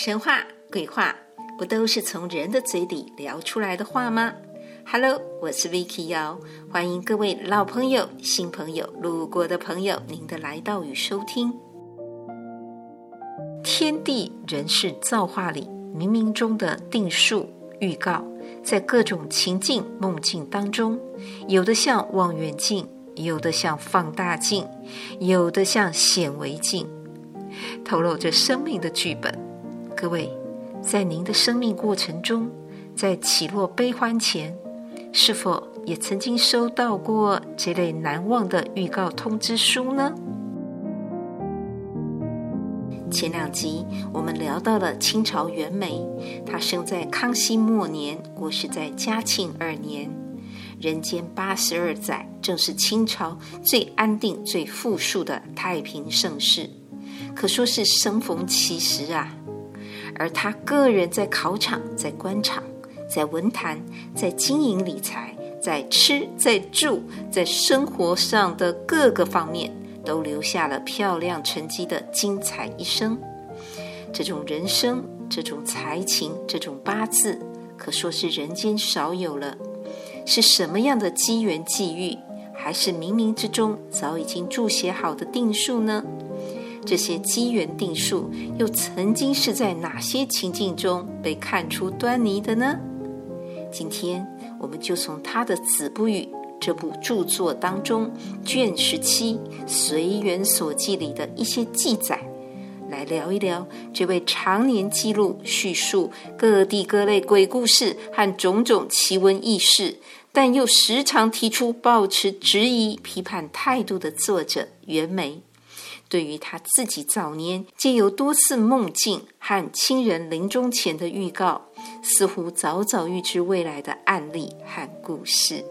神话、鬼话，不都是从人的嘴里聊出来的话吗？ Hello， 我是 Vicky 姚，欢迎各位老朋友、新朋友、路过的朋友，您的来到与收听。天地人事造化里，冥冥中的定数预告，在各种情境梦境当中，有的像望远镜，有的像放大镜，有的像显微镜，透露着生命的剧本。各位，在您的生命过程中，在起落悲欢前，是否也曾经收到过这类难忘的预告通知书呢？前2集我们聊到了清朝袁枚，他生在康熙末年，过世在嘉庆2年，人间82载，正是清朝最安定、最富庶的太平盛世，可说是生逢其时啊。而他个人在考场、在官场、在文坛、在经营理财、在吃、在住、在生活上的各个方面，都留下了漂亮成绩的精彩一生。这种人生、这种才情、这种八字，可说是人间少有了。是什么样的机缘际遇，还是冥冥之中早已经注写好的定数呢？这些机缘定数又曾经是在哪些情境中被看出端倪的呢？今天我们就从他的《子不语》这部著作当中卷17随缘所记里的一些记载，来聊一聊这位常年记录叙述各地各类鬼故事和种种奇闻异事，但又时常提出抱持质疑批判态度的作者袁枚，对于他自己早年借由多次梦境和亲人临终前的预告，似乎早早预知未来的案例和故事。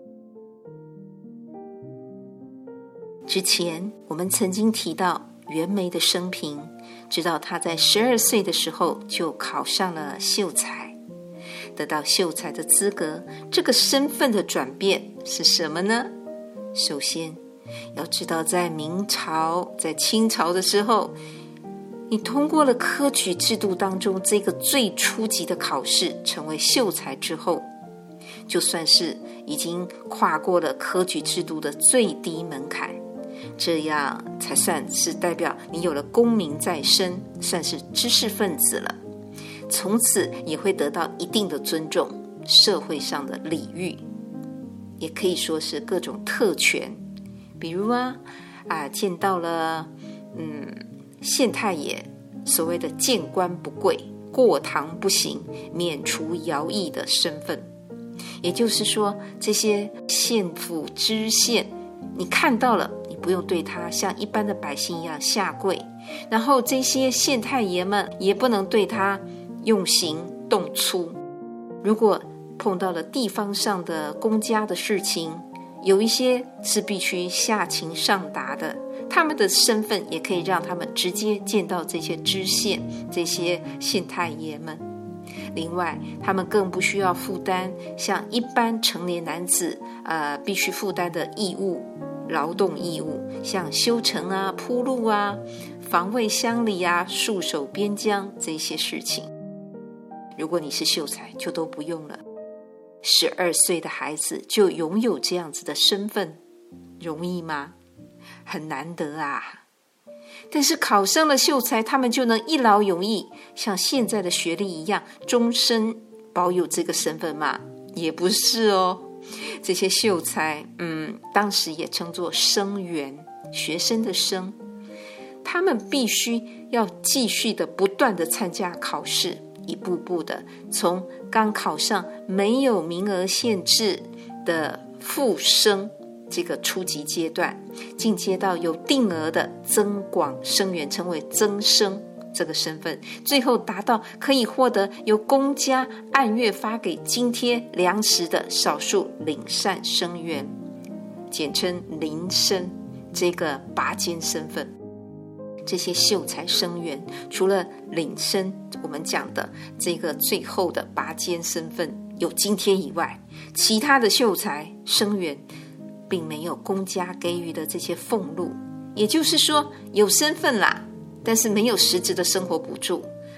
之前我们曾经提到袁枚的生平，知道他在12岁的时候就考上了秀才，得到秀才的资格。这个身份的转变是什么呢？首先要知道，在明朝、在清朝的时候，你通过了科举制度当中这个最初级的考试，成为秀才之后，就算是已经跨过了科举制度的最低门槛，这样才算是代表你有了功名在身，算是知识分子了。从此也会得到一定的尊重，社会上的礼遇，也可以说是各种特权。比如见到了县太爷所谓的见官不跪、过堂不行、免除徭役的身份。也就是说，这些县府知县，你看到了，你不用对他像一般的百姓一样下跪，然后这些县太爷们也不能对他用刑动粗。如果碰到了地方上的公家的事情，有一些是必须下情上达的，他们的身份也可以让他们直接见到这些知县、这些县太爷们。另外，他们更不需要负担像一般成年男子必须负担的义务、劳动义务，像修城啊、铺路啊、防卫乡里啊、戍守边疆这些事情。如果你是秀才，就都不用了。12岁的孩子就拥有这样子的身份，容易吗？很难得啊。但是考上了秀才，他们就能一劳永逸，像现在的学历一样，终身保有这个身份吗？也不是哦。这些秀才，当时也称作生员，学生的生，他们必须要继续的不断的参加考试，一步步的从刚考上没有名额限制的复生这个初级阶段，进阶到有定额的增广生源，成为增生这个身份，最后达到可以获得由公家按月发给津贴粮食的少数领善生员，简称领生这个拔尖身份。这些秀才生员除了领生我们讲的这个最后的拔尖身份有津贴以外，其他的秀才生员并没有公家给予的这些俸禄，也就是说有身份啦，但是没有实质的生活补助，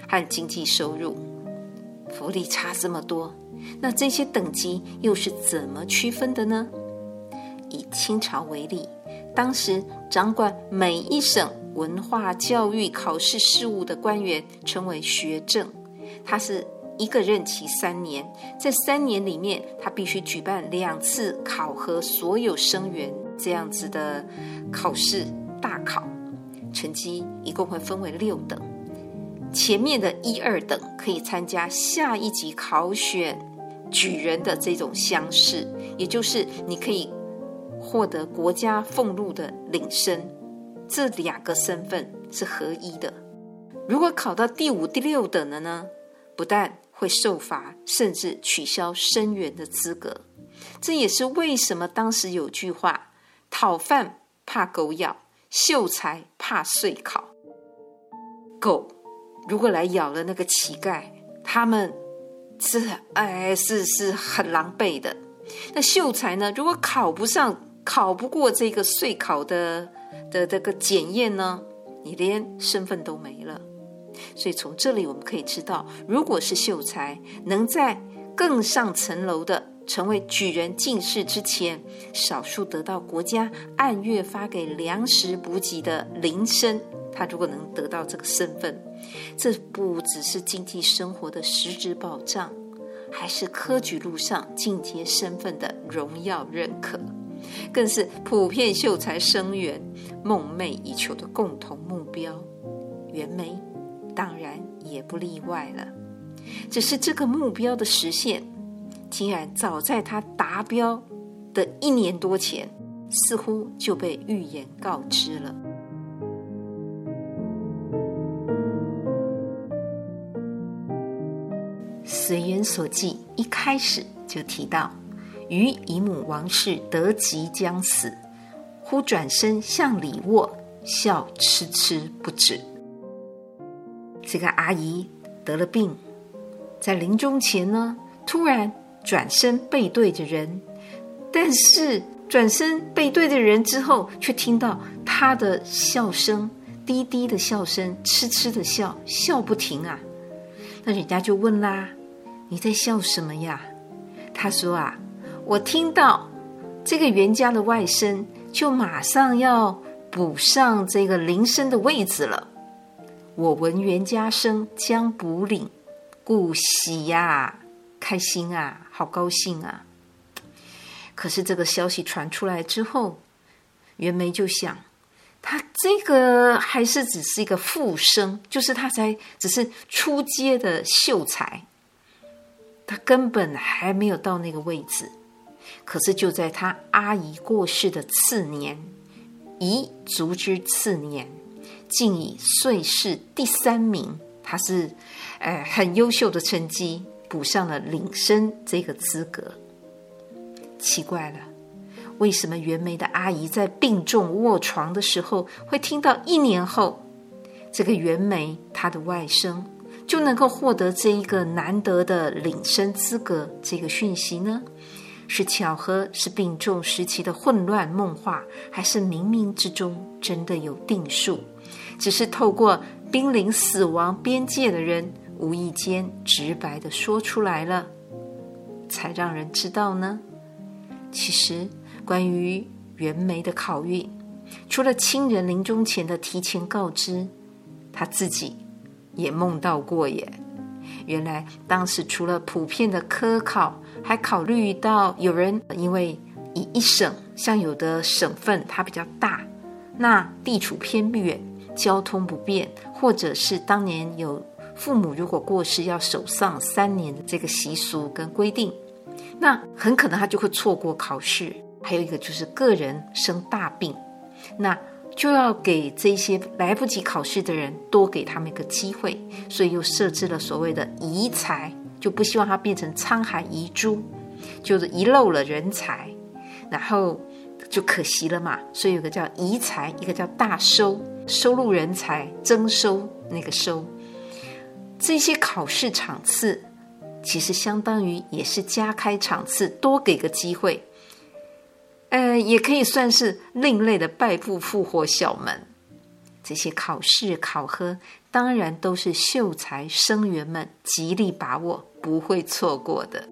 和经济收入，福利差这么多，那这些等级又是怎么区分的呢？以清朝为例，当时掌管每一省文化教育考试事务的官员称为学政，他是一个任期3年，在3年里面他必须举办2次考核所有生源这样子的考试大考，成绩一共会分为6等，前面的1、2等可以参加下一级考选举人的这种乡试，也就是你可以获得国家俸禄的领生，这2个身份是合一的。如果考到第5、第6等的呢，不但会受罚，甚至取消生源的资格。这也是为什么当时有句话，讨饭怕狗咬，秀才怕岁考。狗如果来咬了那个乞丐，他们是很狼狈的。那秀才呢，如果考不过这个岁考的这个检验呢，你连身份都没了。所以从这里我们可以知道，如果是秀才能在更上层楼的成为举人进士之前，少数得到国家按月发给粮食补给的林生，他如果能得到这个身份，这不只是经济生活的实质保障，还是科举路上进阶身份的荣耀认可，更是普遍秀才生源梦寐以求的共同目标。袁枚当然也不例外了，只是这个目标的实现，竟然早在他达标的1年多前，似乎就被预言告知了。随园所记一开始就提到，余姨母王氏得即将死，忽转身向里卧，笑痴痴不止。这个阿姨得了病，在临终前呢，突然转身背对着人，但是转身背对着人之后，却听到她的笑声，低低的笑声，痴痴的笑，笑不停啊。那人家就问啦，你在笑什么呀？她说啊，我听到这个袁家的外甥就马上要补上这个林生的位子了，我闻袁家生将补领，故喜呀，开心啊，好高兴啊。可是这个消息传出来之后，袁枚就想，他这个还是只是一个副生，就是他才只是初阶的秀才，他根本还没有到那个位置。可是就在他阿姨过世的次年，遗卒之次年，竟以岁试第3名，他是很优秀的成绩，补上了领生这个资格。奇怪了，为什么袁枚的阿姨在病重卧床的时候，会听到1年后，这个袁枚他的外甥就能够获得这一个难得的领生资格这个讯息呢？是巧合，是病重时期的混乱梦话，还是冥冥之中真的有定数？只是透过濒临死亡边界的人无意间直白地说出来了，才让人知道呢？其实关于袁枚的考运，除了亲人临终前的提前告知，他自己也梦到过耶。原来当时除了普遍的科考，还考虑到有人因为以一省，像有的省份它比较大，那地处偏远，交通不便，或者是当年有父母如果过世要守丧3年的这个习俗跟规定，那很可能他就会错过考试。还有一个就是个人生大病，那就要给这些来不及考试的人多给他们一个机会，所以又设置了所谓的遗才，就不希望它变成沧海遗珠，就是遗漏了人才，然后就可惜了嘛。所以有个叫遗才，一个叫大收，收录人才，征收那个收。这些考试场次其实相当于也是加开场次，多给个机会，也可以算是另类的败部复活小门。 这些考试考核当然都是秀才生员们极力把握，不会错过的。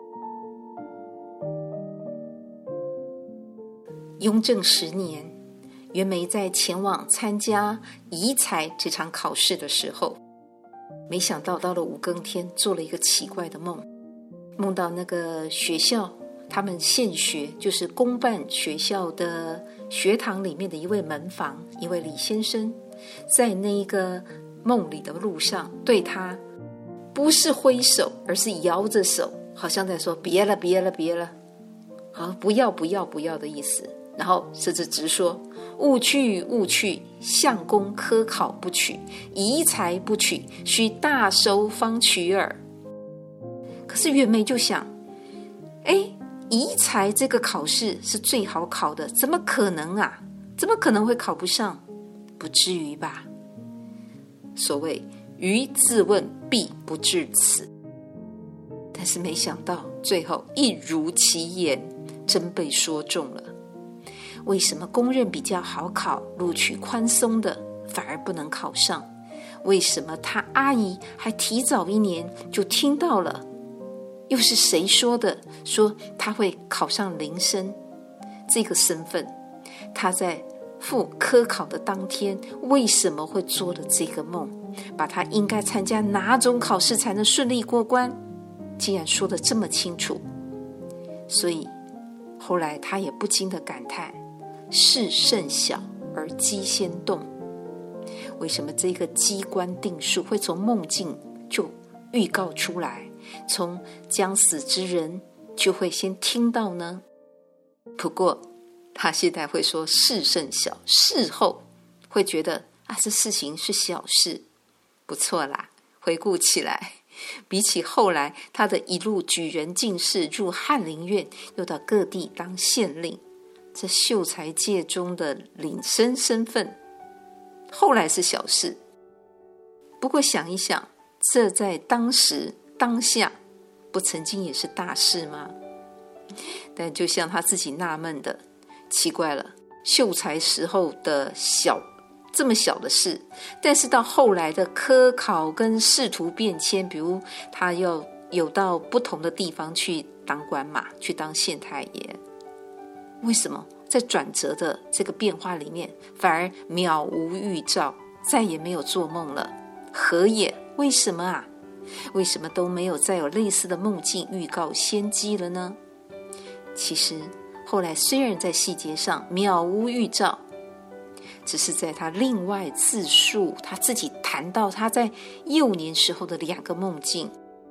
雍正10年，袁枚在前往参加仪才这场考试的时候，没想到到了5更天，做了一个奇怪的梦，梦到那个学校他们县学，就是公办学校的学堂里面的一位门房，一位李先生，在那一个梦里的路上对他不是挥手，而是摇着手，好像在说别了别了别了，好，不要不要不要的意思。然后甚至直说勿去勿去，相公科考不取，仪才不取，须大收方取耳。可是袁枚就想，仪才这个考试是最好考的，怎么可能啊？怎么可能会考不上？不至于吧？所谓余自问必不至此。但是没想到最后一如其言，真被说中了。为什么公认比较好考，录取宽松的反而不能考上？为什么他阿姨还提早1年就听到了？又是谁说的？说他会考上林生这个身份？他在赴科考的当天，为什么会做了这个梦？把他应该参加哪种考试才能顺利过关，竟然说得这么清楚。所以后来他也不禁的感叹，事甚小而机先动。为什么这个机关定数会从梦境就预告出来，从将死之人就会先听到呢？不过他现在会说事甚小，事后会觉得这事情是小事，不错啦。回顾起来，比起后来他的一路举人进士，入翰林院，又到各地当县令，这秀才界中的领生身份，后来是小事。不过想一想，这在当时当下不曾经也是大事吗？但就像他自己纳闷的，奇怪了，秀才时候的这么小的事，但是到后来的科考跟仕途变迁，比如他要有到不同的地方去当官嘛，去当县太爷，为什么在转折的这个变化里面，反而渺无预兆，再也没有做梦了？何也？为什么啊？为什么都没有再有类似的梦境预告先机了呢？其实后来虽然在细节上渺无预兆，只是在他另外自述，他自己谈到他在幼年时候的2个梦境。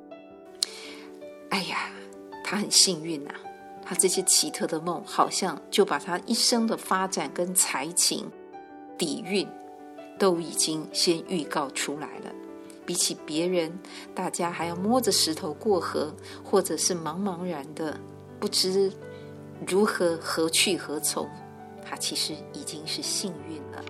他很幸运啊，他这些奇特的梦好像就把他一生的发展跟才情底蕴都已经先预告出来了。比起别人，大家还要摸着石头过河，或者是茫茫然的不知如何何去何从，他其实已经是幸运了。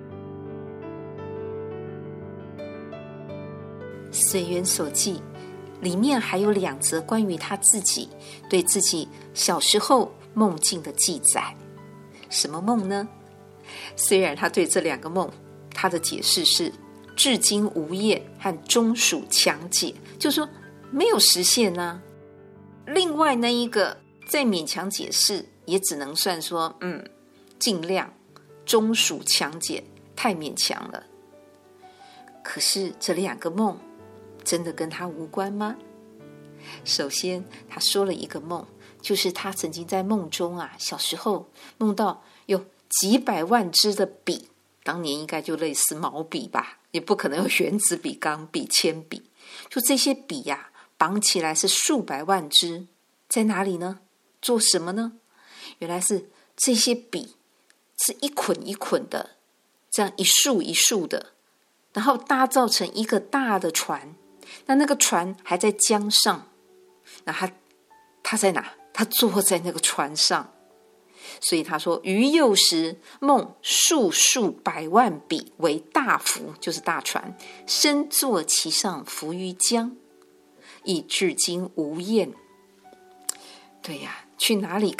随园所记里面还有2则关于他自己对自己小时候梦境的记载。什么梦呢？虽然他对这2个梦，他的解释是至今无验和终属强解，就说没有实现啊。另外那一个再勉强解释，也只能算说尽量，终属强解，太勉强了。可是这2个梦真的跟他无关吗？首先他说了一个梦，就是他曾经在梦中小时候梦到有几百万支的笔，当年应该就类似毛笔吧，也不可能有原子笔、钢笔、铅笔，就这些笔绑起来是数百万支，在哪里呢？做什么呢？原来是这些笔是一捆一捆的，这样一束一束的，然后搭造成一个大的船，那个船还在江上，那他在哪？他坐在那个船上。所以他说，余幼时梦数百万笔为大浮，就是大船，身坐其上，浮于江，亦至今无厌。对呀，去哪里看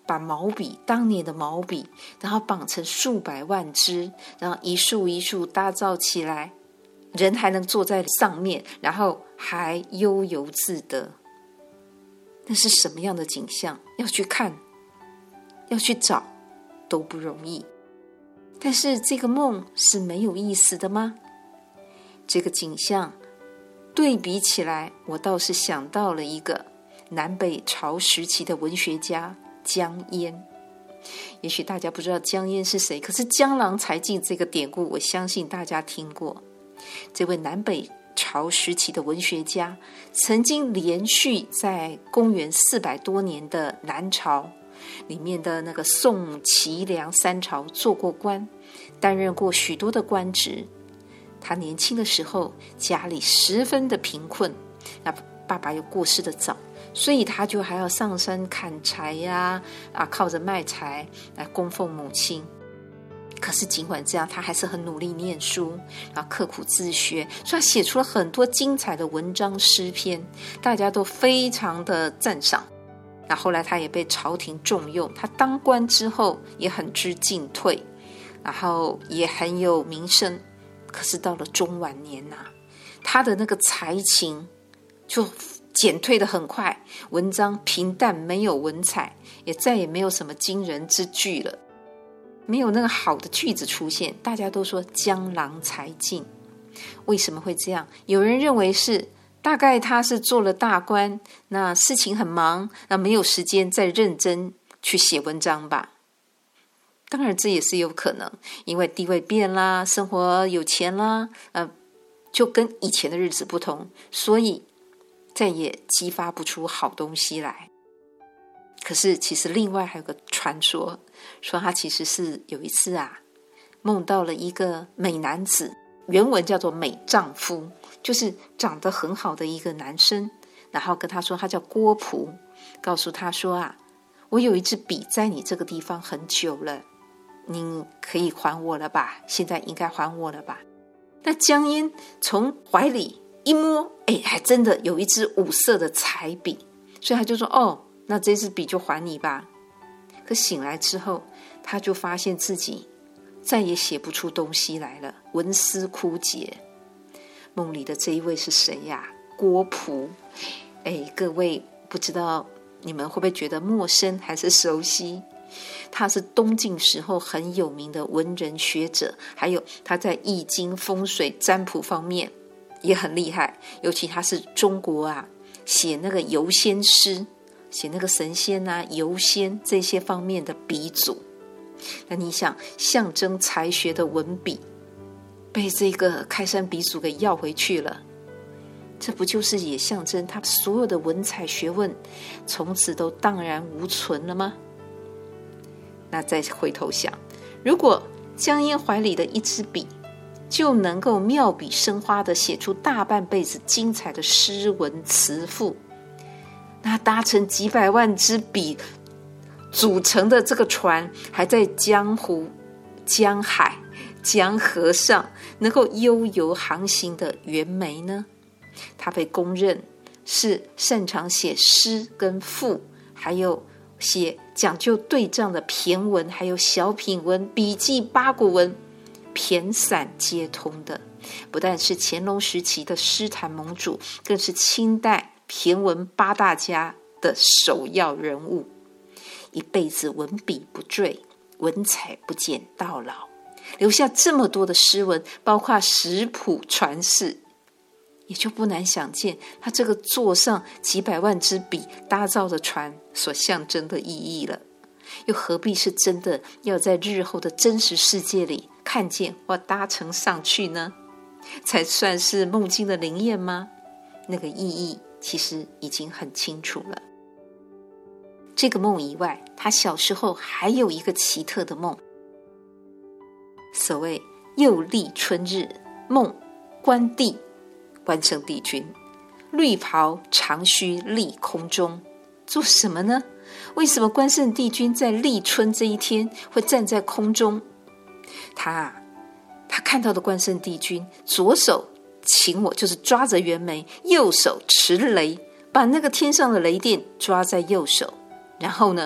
把毛笔，当年的毛笔，然后绑成数百万支，然后一束一束打造起来，人还能坐在上面，然后还悠游自得。那是什么样的景象？要去看，要去找，都不容易。但是这个梦是没有意思的吗？这个景象对比起来，我倒是想到了一个南北朝时期的文学家江淹。也许大家不知道江淹是谁，可是江郎才尽这个典故，我相信大家听过。这位南北朝时期的文学家，曾经连续在公元400多年的南朝里面的那个宋齐梁三朝做过官，担任过许多的官职。他年轻的时候家里十分的贫困，那爸爸又过世的早，所以他就还要上山砍柴呀，靠着卖柴来供奉母亲。可是尽管这样，他还是很努力念书，然后刻苦自学，所以他写出了很多精彩的文章诗篇，大家都非常的赞赏。那后来他也被朝廷重用，他当官之后也很知进退，然后也很有名声。可是到了中晚年他的那个才情就减退得很快，文章平淡没有文采，也再也没有什么惊人之句了，没有那个好的句子出现，大家都说江郎才尽。为什么会这样？有人认为是大概他是做了大官，那事情很忙，那没有时间再认真去写文章吧。当然这也是有可能，因为地位变啦，生活有钱啦，就跟以前的日子不同，所以再也激发不出好东西来。可是其实另外还有个传说，说他其实是有一次梦到了一个美男子，原文叫做美丈夫，就是长得很好的一个男生，然后跟他说他叫郭璞，告诉他说我有一支笔在你这个地方很久了，你可以还我了吧？现在应该还我了吧？那江淹从怀里一摸，还真的有一支5色的彩笔，所以他就说那这支笔就还你吧。可醒来之后，他就发现自己再也写不出东西来了，文思枯竭。梦里的这一位是谁呀？郭璞。各位不知道你们会不会觉得陌生还是熟悉？他是东晋时候很有名的文人学者，还有他在易经风水占卜方面也很厉害，尤其他是中国写那个游仙诗，写那个神仙游仙这些方面的鼻祖。那你想，象征才学的文笔被这个开山鼻祖给要回去了，这不就是也象征他所有的文采学问从此都荡然无存了吗？那再回头想，如果江淹怀里的一支笔就能够妙笔生花的写出大半辈子精彩的诗文词赋，那搭乘几百万支笔组成的这个船，还在江湖、江海、江河上能够悠游航行的袁枚呢？他被公认是擅长写诗跟赋，还有写讲究对仗的骈文，还有小品文、笔记、八股文，骈散皆通的。不但是乾隆时期的诗坛盟主，更是清代骈文8大家的首要人物。一辈子文笔不坠，文采不减到老，留下这么多的诗文，包括食谱传世，也就不难想见他这个坐上几百万支笔搭造的船所象征的意义了。又何必是真的要在日后的真实世界里看见或搭乘上去呢？才算是梦境的灵验吗？那个意义其实已经很清楚了。这个梦以外，他小时候还有一个奇特的梦，所谓又立春日，梦关帝关圣帝君，绿袍长须立空中，做什么呢？为什么关圣帝君在立春这一天会站在空中？他看到的关圣帝君，左手擒我，就是抓着袁枚，右手持雷，把那个天上的雷电抓在右手，然后呢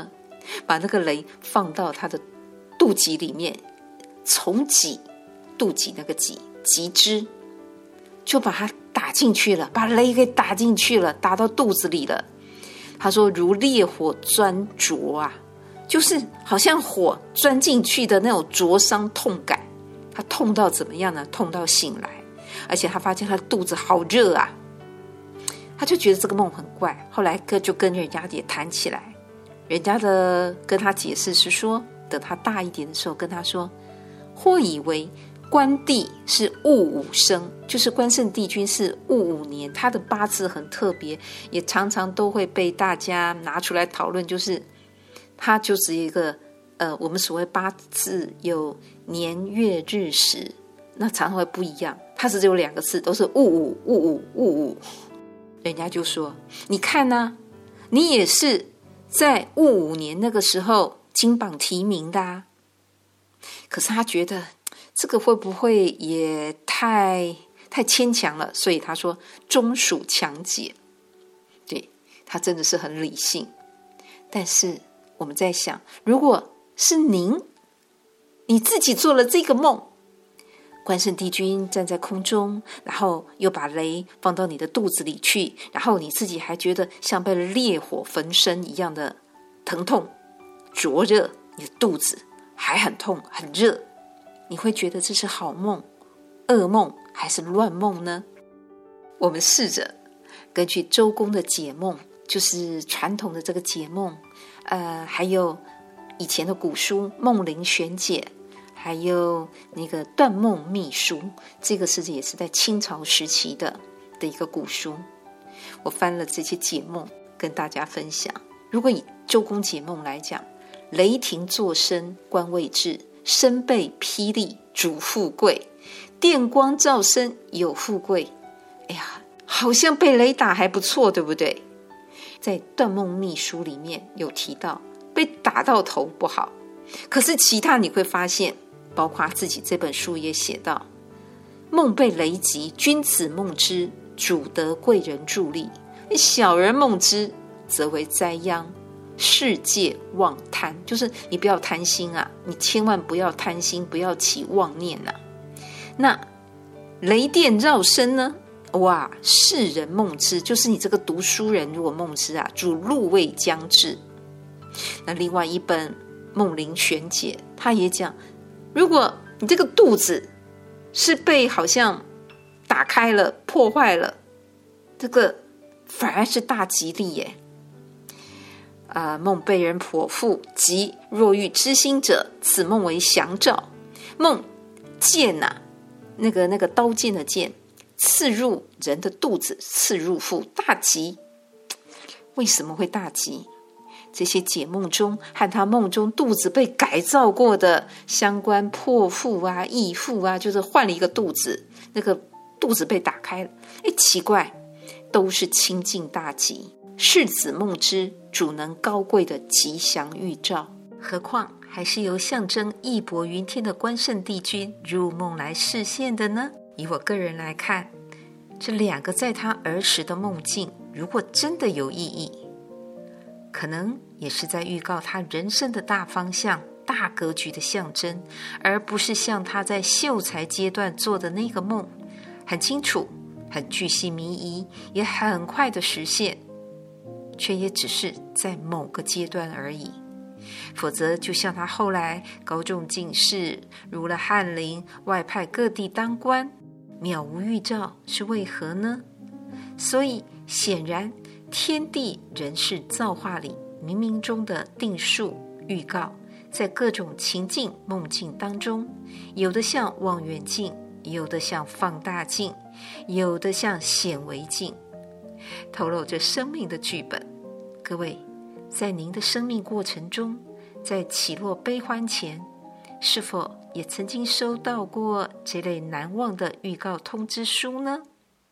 把那个雷放到他的肚脐里面，从肚脐那个脊椎，就把它打进去了，把雷给打进去了，打到肚子里了。他说如烈火钻灼啊，就是好像火钻进去的那种灼伤痛感。他痛到怎么样呢？痛到醒来，而且他发现他的肚子好热啊，他就觉得这个梦很怪。后来就跟人家也谈起来，人家跟他解释是说，等他大一点的时候跟他说，或以为关帝是戊午生，就是关圣帝君是戊午年，他的八字很特别，也常常都会被大家拿出来讨论，就是他就是一个我们所谓八字有年月日时，那常常会不一样，它只有2个字，都是戊午。人家就说你看啊，你也是在戊午年那个时候金榜题名的啊。可是他觉得这个会不会也太牵强了，所以他说中属强解。对，他真的是很理性。但是我们在想，如果是你自己做了这个梦，关圣帝君站在空中，然后又把雷放到你的肚子里去，然后你自己还觉得像被烈火焚身一样的疼痛灼热，你的肚子还很痛很热，你会觉得这是好梦、噩梦还是乱梦呢？我们试着根据周公的解梦，就是传统的这个解梦，还有以前的古书《梦灵玄解》，还有那个《断梦秘书》，这个也是在清朝时期的一个古书。我翻了这些解梦跟大家分享。如果以周公解梦来讲，雷霆作声官位至，身被霹雳主富贵，电光照身有富贵。哎呀，好像被雷打还不错，对不对？在《断梦秘书》里面有提到被打到头不好，可是其他你会发现，包括自己这本书也写到，梦被雷击，君子梦之，主得贵人助力；小人梦之，则为灾殃。世界妄贪，就是你不要贪心啊，你千万不要贪心，不要起妄念啊。那雷电绕身呢？哇，世人梦之，就是你这个读书人如果梦之啊，主禄位将至。那另外一本《梦灵玄解》他也讲，如果你这个肚子是被好像打开了破坏了，这个反而是大吉利耶。梦被人剖腹，即若遇知心者，此梦为祥兆。梦剑啊，那个刀剑的剑刺入人的肚子，刺入腹，大吉。为什么会大吉？这些解梦中和他梦中肚子被改造过的相关破腹啊、异腹啊，就是换了一个肚子，那个肚子被打开了，奇怪，都是清净大吉。世子梦之，主能高贵的吉祥预兆。何况还是由象征义薄云天的关圣帝君入梦来示现的呢？以我个人来看，这2个在他儿时的梦境，如果真的有意义，可能也是在预告他人生的大方向、大格局的象征，而不是像他在秀才阶段做的那个梦，很清楚、很巨细靡遗，也很快的实现，却也只是在某个阶段而已。否则就像他后来高中进士，入了翰林，外派各地当官，渺无预兆，是为何呢？所以显然天地人事造化里冥冥中的定数预告，在各种情境梦境当中，有的像望远镜，有的像放大镜，有的像显微镜，透露着生命的剧本。各位，在您的生命过程中，在起落悲欢前，是否也曾经收到过这类难忘的预告通知书呢？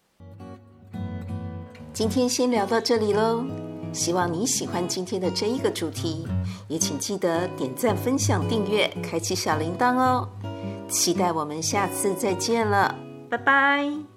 今天先聊到这里咯，希望你喜欢今天的这一个主题，也请记得点赞、分享、订阅，开启小铃铛哦。期待我们下次再见了，拜拜。